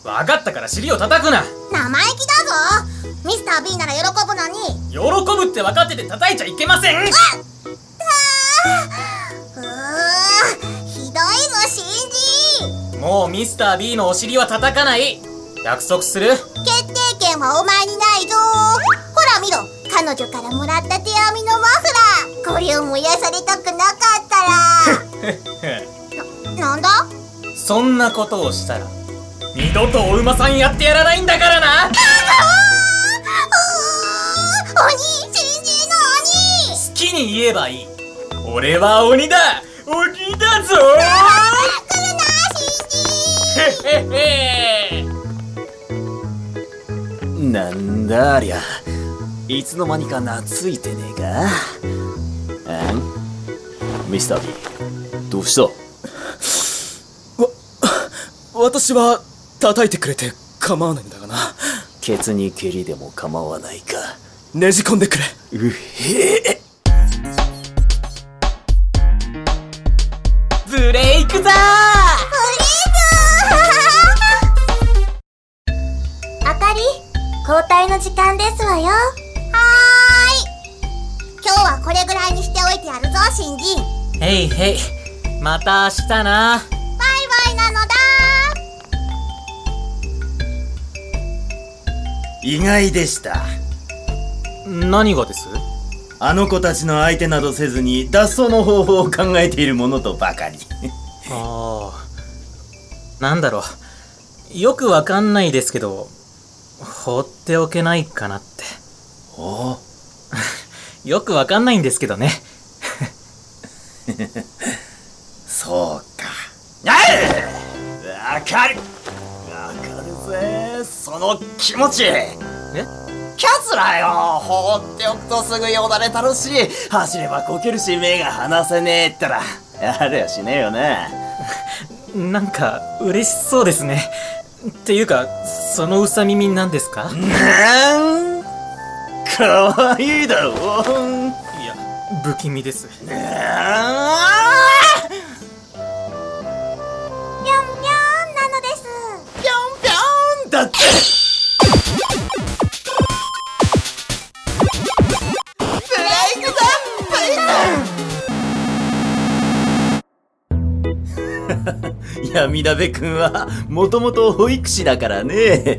わかったから尻を叩くな。 生意気だぞ。ミスター B なら喜ぶのに。 喜ぶって分かってて叩いちゃいけません。 ひどいぞシンジ。 もうミスター B のお尻は叩かない。約束する？ 決定権はお前にないぞ。ほら見ろ、彼女からもらった手編みのマフラー。これを燃やされたくなかったらなんだ？ そんなことをしたら二度とお馬さんやってやらないんだからな。 鬼、新人の鬼。 好きに言えばいい。俺は鬼だ。鬼だぞ。 来るな新人。 へへへ。 なんだありゃ、いつの間にか懐いてねえか。ミスター B、 どうした？ 私は叩いてくれて構わないんだがな。 ケツに蹴りでも構わないか。 ねじ込んでくれ。 うへえ。 ブレイクだあかり、交代の時間ですわよ。はーい。今日はこれぐらいにしておいてやるぞ新人。 へいへい、また明日な。 バイバイなのだ。 意外でした。 何がです？ あの子たちの相手などせずに脱走の方法を考えているものとばかり。 ああ、なんだろう、よくわかんないですけど、放っておけないかなって。 およくわかんないんですけどね。 そうか。わかるぜ、その気持ち。キャツラよ、放っておくとすぐよだれたるし、走ればこけるし目が離せねえったらやれやしねえよな。 なんか嬉しそうですね。っていうか、そのうさ耳なんですか？ かわいいだろう。 いや、不気味です。 ぴょんぴょんなのです。 ぴょんぴょんだって。闇鍋くんはもともと保育士だからね。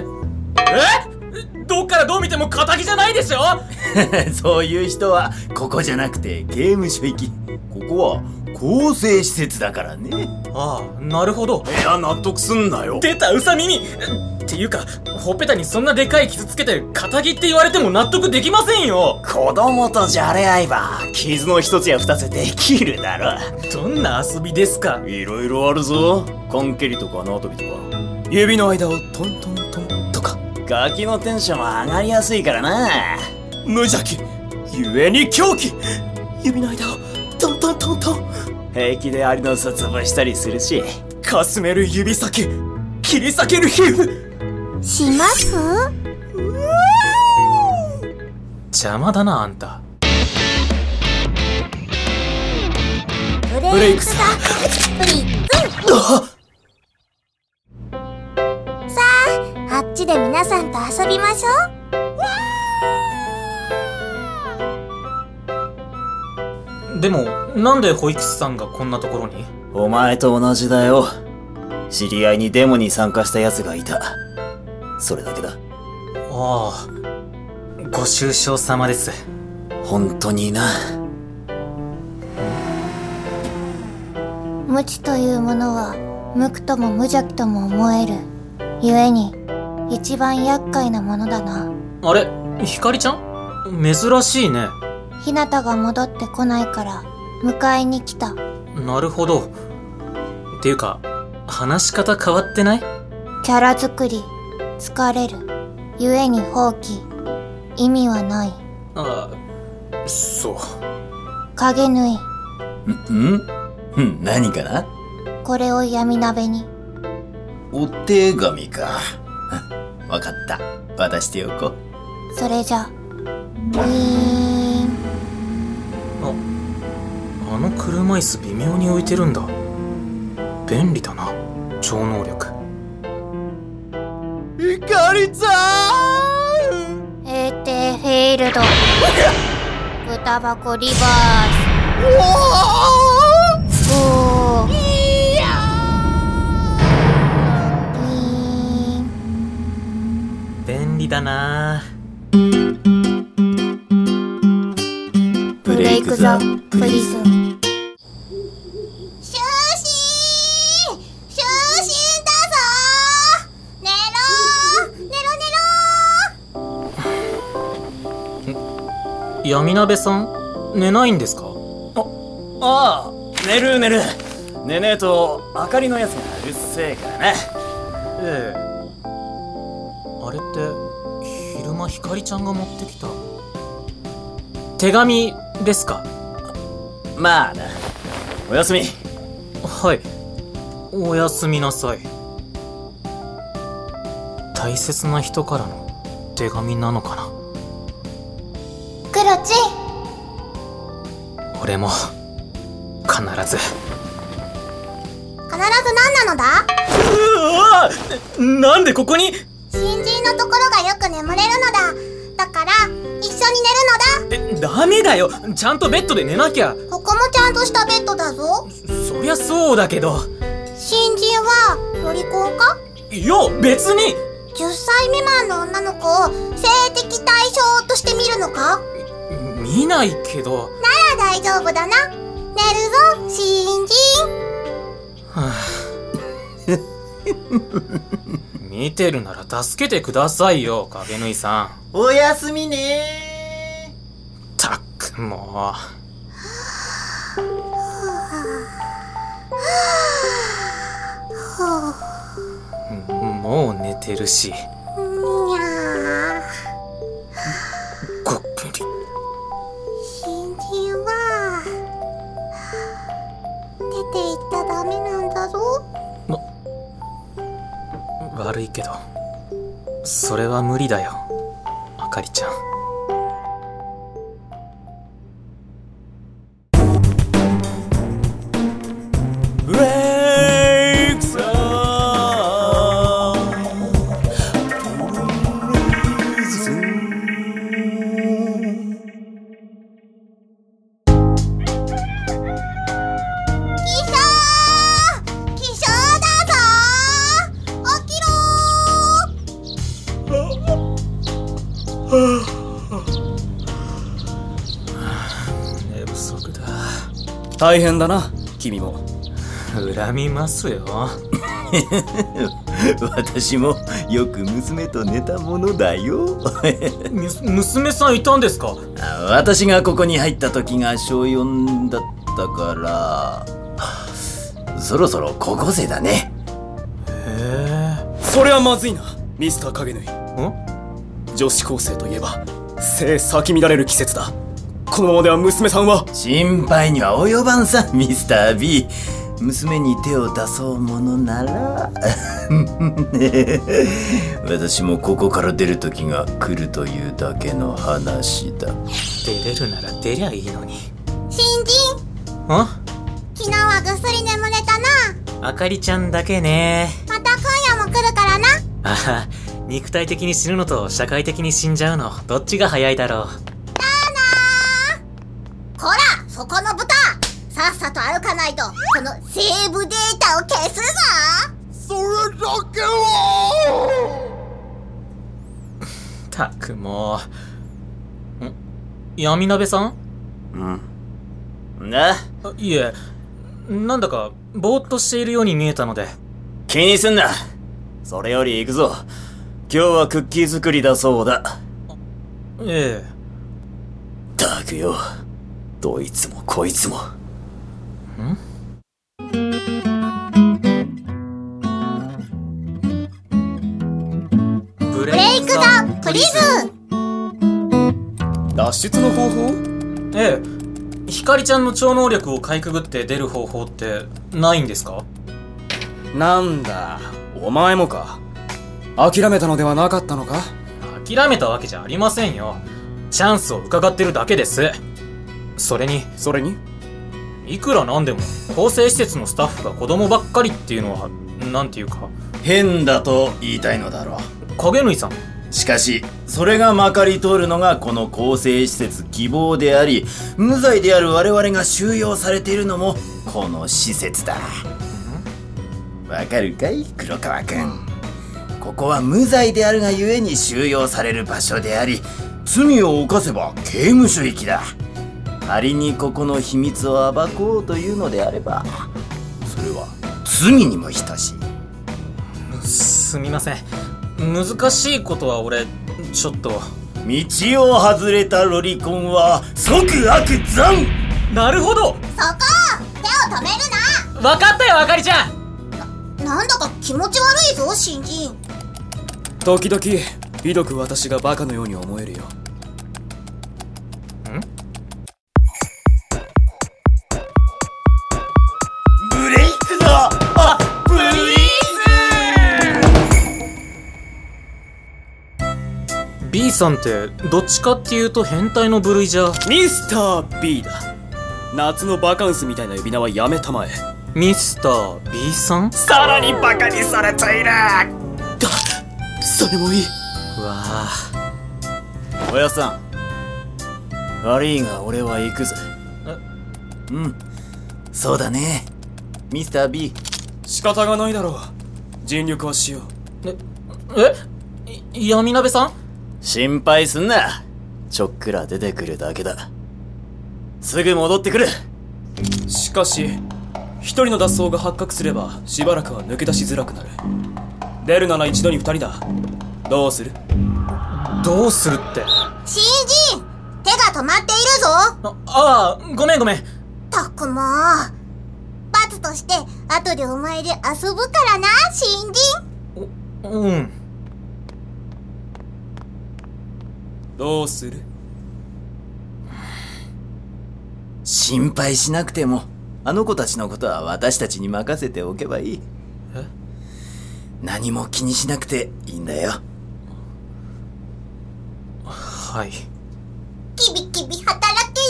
どっからどう見ても仇じゃないでしょ。 そういう人はここじゃなくて刑務所行き。ここは更生施設だからね。 ああ、なるほど。 いや、納得すんなよ。 出た、うさ耳。っていうか、ほっぺたにそんなでかい傷つけて仇って言われても納得できませんよ。 子供とじゃれ合えば傷の一つや二つできるだろ。 どんな遊びですか？ いろいろあるぞ。缶蹴りとか縄跳びとか、 指の間をトントントンとか。 ガキのテンションは上がりやすいからな。 無邪気ゆえに狂気。指の間をトントントントン。 平気でアリの巣潰したりするし。 かすめる指先、切り裂ける皮膚。 します？ 邪魔だな、あんた。 ブレイクだ。プリッツさあ、あっちで皆さんと遊びましょう。でも、なんで保育士さんがこんなところに？ お前と同じだよ。知り合いにデモに参加した奴がいた。それだけだ。 ああ、ご愁傷様です。 本当にな。 無知というものは無垢とも無邪気とも思える。故に一番厄介なものだな。 あれ、ひかりちゃん？珍しいね。 ひなたが戻ってこないから迎えに来た。 なるほど。っていうか、話し方変わってない？ キャラ作り疲れる。故に放棄。意味はない。 ああ、そう。 影縫い。 何かな？ これを闇鍋に。 お手紙か。わかった。渡しておこう。 それじゃ。ウィーン。 あの車椅子微妙に浮いてるんだ。便利だな、超能力。 かりちゃん。 閉廷フェイルド。豚箱リバース。おー。 便利だな。 ブレイクザプリズン。 闇鍋さん寝ないんですか？ ああ、寝る。寝ねえと明かりのやつがうっせえからな。 ええ。あれって昼間ひかりちゃんが持ってきた手紙ですか？ まあな。おやすみ。 はい、おやすみなさい。大切な人からの手紙なのかな。 クロチ。 俺も必ず何なのだ？ なんでここに？ 新人のところがよく眠れるのだ。だから一緒に寝るのだ。 ダメだよ、ちゃんとベッドで寝なきゃ。 ここもちゃんとしたベッドだぞ。 そりゃそうだけど。 新人はロリコンか？ いや別に。 10歳未満の女の子を性的対象として見るのか？ 見ないけど。 なら大丈夫だな。寝るぞ新人。 はあ見てるなら助けてくださいよ、影縫いさん。 おやすみねたっくもう。もう寝てるし。ごっくり。 新人は出て行ったらダメなんだぞ。 悪いけどそれは無理だよ、あかりちゃん。 ブレイクザプリズン。 起床だぞ。起きろ寝不足だ。 大変だな君も。 恨みますよ。 私もよく娘と寝たものだよ。 娘さんいたんですか？ 私がここに入った時が小4だったからそろそろ高校生だね。 へそれはまずいなミスター影縫い。 え。 女子高生といえば性咲き乱れる季節だ。このままでは娘さんは。 心配には及ばんさミスター B。娘に手を出そうものなら私もここから出る時が来るというだけの話だ。 出れるなら出りゃいいのに。 新人、昨日はぐっすり眠れたな。 あかりちゃんだけね。 また今夜も来るからな。 ああ、肉体的に死ぬのと社会的に死んじゃうのどっちが早いだろう。 こら、そこの豚、さっさと歩かないとこのセーブデータを消すぞ。 それだけは。 たくもう。闇鍋さん？ な、 いえ、なんだかぼーっとしているように見えたので。 気にすんな。それより行くぞ。今日はクッキー作りだそうだ。 ええ。 ったくよ、どいつもこいつも。 ブレイクザプリズン。 脱出の方法？ ええ。ひかりちゃんの超能力をかいくぐって出る方法ってないんですか？ なんだ、お前もか。諦めたのではなかったのか？ 諦めたわけじゃありませんよ。チャンスを伺ってるだけです。それにいくらなんでも更生施設のスタッフが子供ばっかりっていうのはなんていうか変だと言いたいのだろう。 影縫さん。 しかしそれがまかり通るのがこの更生施設希望であり、無罪である我々が収容されているのもこの施設だ。わかるかい黒川くん。ここは無罪であるがゆえに収容される場所であり、罪を犯せば刑務所行きだ。仮にここの秘密を暴こうというのであれば、それは罪にも等しい。 すみません、難しいことは俺ちょっと。 道を外れたロリコンは即悪残。 なるほど。 そこ手を止めるわかったよあかりちゃん。 なんだか気持ち悪いぞ新人。 時々ひどく私がバカのように思えるよ。 ブレイクだ。あ、ブリーズ。 B さんってどっちかっていうと変態の部類じゃ。 ミスター B だ。夏のバカンスみたいな呼び名はやめたまえ。 ミスター B さん。 さらにバカにされている。 それもいい。 うわあ。 おやさん、悪いが俺は行くぜ。うん、そうだねミスター B。 仕方がないだろう。尽力はしよう。 闇鍋さん。 心配すんな。ちょっくら出てくるだけだ。すぐ戻ってくる。 しかし一人の脱走が発覚すればしばらくは抜け出しづらくなる。出るなら一度に二人だ。どうする？ どうするって。 新人、手が止まっているぞ。 ああ、ごめん。 たくもう罰として後でお前で遊ぶからな新人。 うん。 どうする？ 心配しなくてもあの子たちのことは私たちに任せておけばいい。何も気にしなくていいんだよ。 はい。 キビキビ働け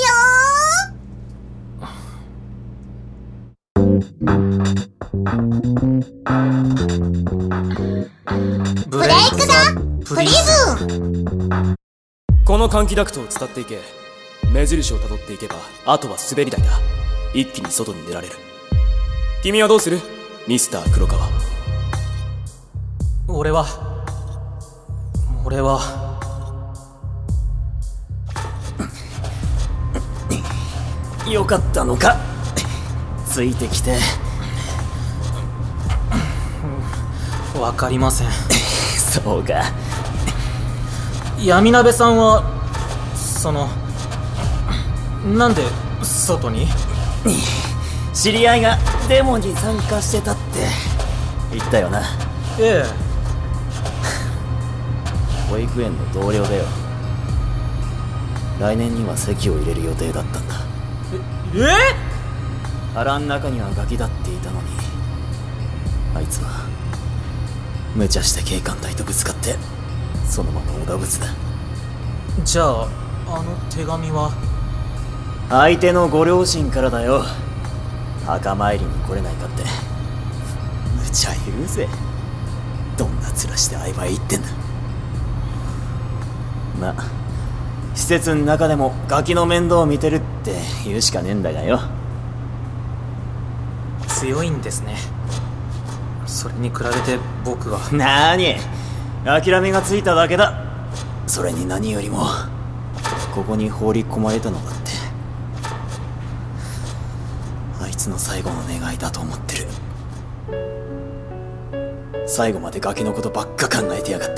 よ。ブレイクだプリズン。 この換気ダクトを伝っていけ。目印をたどっていけばあとは滑り台だ。一気に外に出られる。君はどうするミスター黒川。 俺はよかったのかついてきて。 わかりません。 そうか。 闇鍋さんはなんで外に？ 知り合いがデモに参加してたって言ったよな。 ええ。 保育園の同僚だよ。来年には籍を入れる予定だったんだ。腹ん中にはガキだっていたのに、あいつは無茶して警官隊とぶつかってそのまま織田仏だ。 じゃああの手紙は？ 相手のご両親からだよ。墓参りに来れないかって。無茶言うぜ。どんな面して相場へ行ってんだ。まあ施設の中でもガキの面倒を見てるって言うしかねえんだがよ。 強いんですね。それに比べて僕は。 なーに、諦めがついただけだ。それに何よりもここに放り込まれたのだってあいつの最後の願いだと思ってる。最後までガキのことばっか考えてやがった。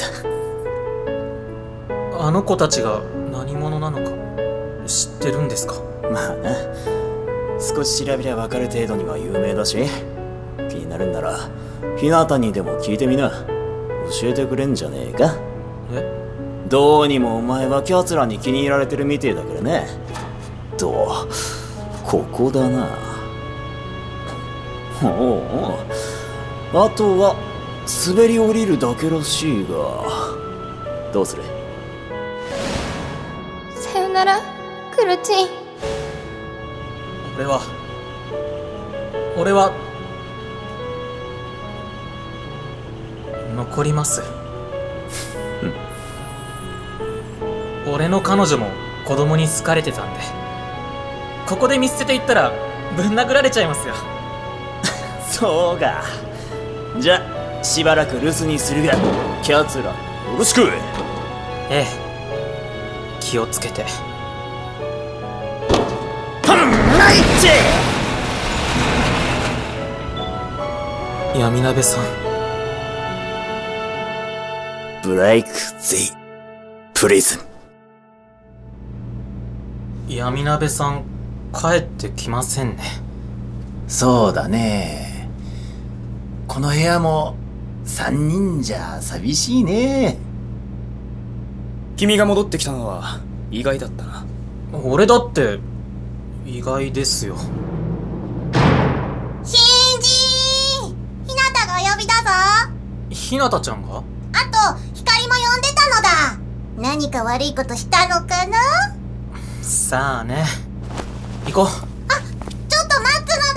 あの子たちが何者なのか知ってるんですか？ まあな、少し調べりゃ分かる程度には有名だし、気になるんならひなたにでも聞いてみな。教えてくれんじゃねえか。どうにもお前はキャツラに気に入られてるみてえだからね。とここだな。おう、あとは滑り降りるだけらしいが、どうする？ さよならクルチン。 俺は残ります。 俺の彼女も子供に好かれてたんで、ここで見捨てていったらぶん殴られちゃいますよ。 そうか。じゃあしばらく留守にするが、キャツラよろしく。 ええ、気をつけて。 ナイチ闇鍋さん、 ブレイク・ゼイ・プリズン。 闇鍋さん帰ってきませんね。 そうだね。この部屋も3人じゃ寂しいね。 君が戻ってきたのは意外だったな。 俺だって意外ですよ。 シンジー、ひなたがお呼びだぞ。 ひなたちゃんが？ あと光も呼んでたのだ。何か悪いことしたのかな。 さあね、行こう。 ちょっと待つのだ。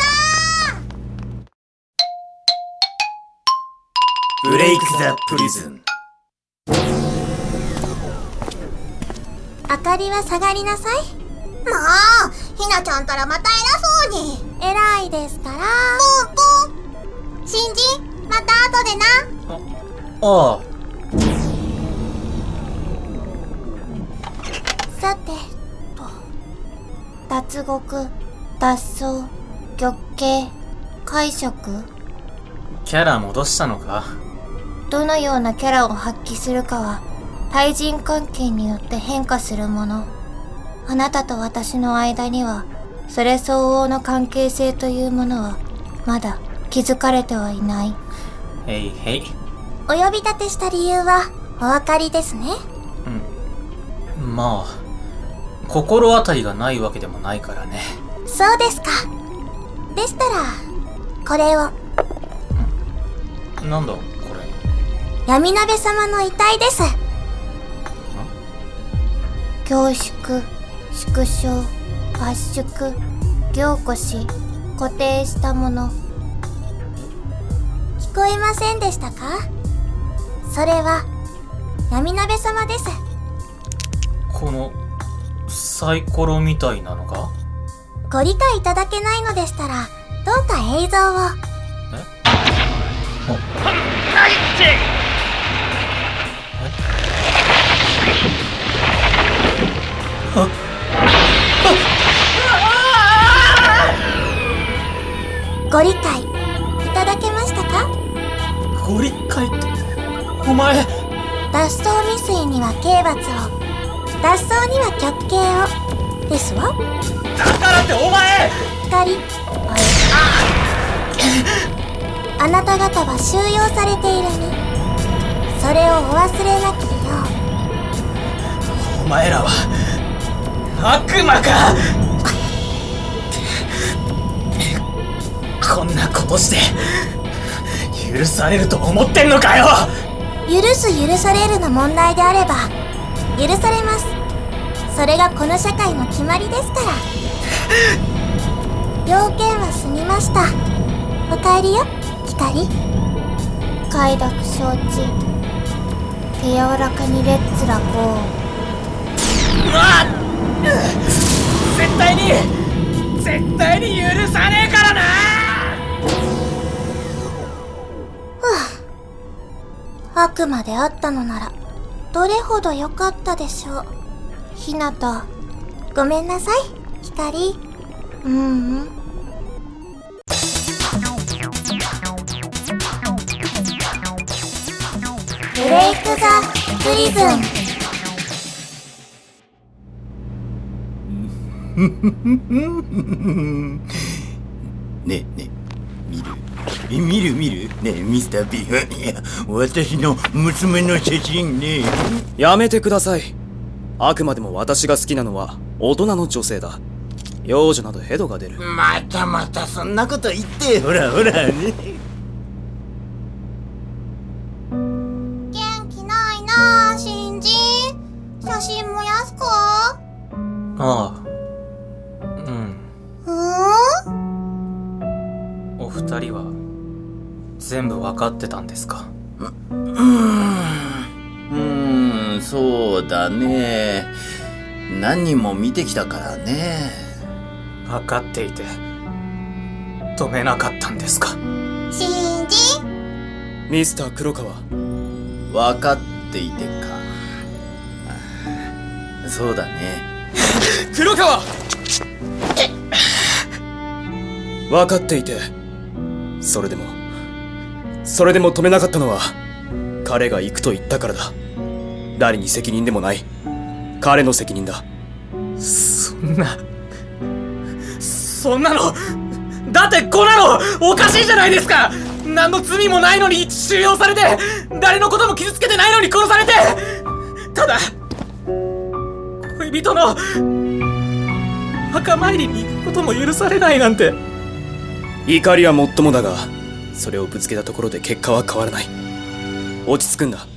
ブレイク・ザ・プリズン。 明かりは下がりなさい。もうひなちゃんたらまた偉そうに。偉いですから。ポンポン。新人、また後でな。 ああ。 さてと、脱獄、脱走、玉形、会食。 キャラ戻したのか？ どのようなキャラを発揮するかは対人関係によって変化するもの。あなたと私の間にはそれ相応の関係性というものはまだ築かれてはいない。 へいへい。 お呼び立てした理由はお分かりですね。 まあ心当たりがないわけでもないからね。 そうですか。でしたらこれを。 なんだこれ？ 闇鍋様の遺体です。凝縮、縮小、圧縮、凝固し固定したもの。聞こえませんでしたか？それは闇鍋様です。 このサイコロみたいなのが？ ご理解いただけないのでしたらどうか映像を。ご理解いただけましたか？ ご理解って、お前。 脱走未遂には刑罰を、脱走には極刑をですわ。 だからってお前。 光、あなた方は収容されている身。それをお忘れなきよお前らは悪魔か。こんなことして許されると思ってんのかよ。 許す許されるの問題であれば許されます。それがこの社会の決まりですから。要件は済みました。おかえりよ、光。快諾承知。手柔らかにレッツラゴー。 絶対に許さねえからな。 悪魔であったのならどれほど良かったでしょう。ひなた、ごめんなさい、光。ブレイク・ザ・プリズン。 ねえねえ、見るねえミスター B は、いや私の娘の写真ね。 やめてください。あくまでも私が好きなのは大人の女性だ。幼女などヘドが出る。 またそんなこと言って。ほらね。 元気ないなあ、新人。写真燃やすか？ ああ、お二人はそうだね。何人も見てきたからね。 分かっていて止めなかったんですか。 新人。 ミスター黒川。 分かっていてか。そうだね。 黒川。分かっていて、それでも止めなかったのは彼が行くと言ったからだ。誰に責任でもない、彼の責任だ。 そんなの、だってこんなのおかしいじゃないですか。何の罪もないのに収容されて、誰のことも傷つけてないのに殺されて、ただ恋人の墓参りに行くことも許されないなんて。 怒りはもっともだが、それをぶつけたところで結果は変わらない。落ち着くんだ。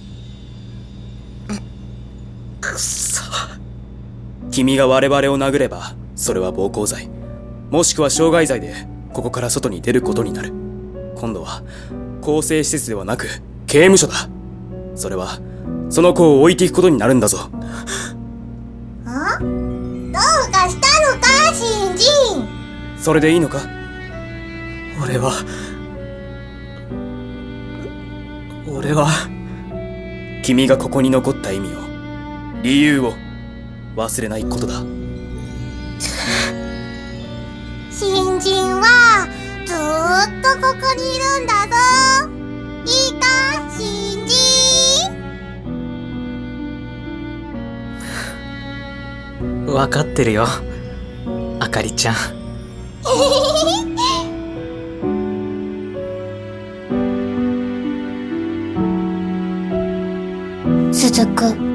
くそ。 君が我々を殴ればそれは暴行罪、もしくは傷害罪でここから外に出ることになる。今度は更生施設ではなく刑務所だ。それはその子を置いていくことになるんだぞ。 どうかしたのか、新人。 それでいいのか。 俺は君がここに残った意味を、理由を忘れないことだ。 新人はずーっとここにいるんだぞ。いいか、新人。 分かってるよ、あかりちゃん。 続く。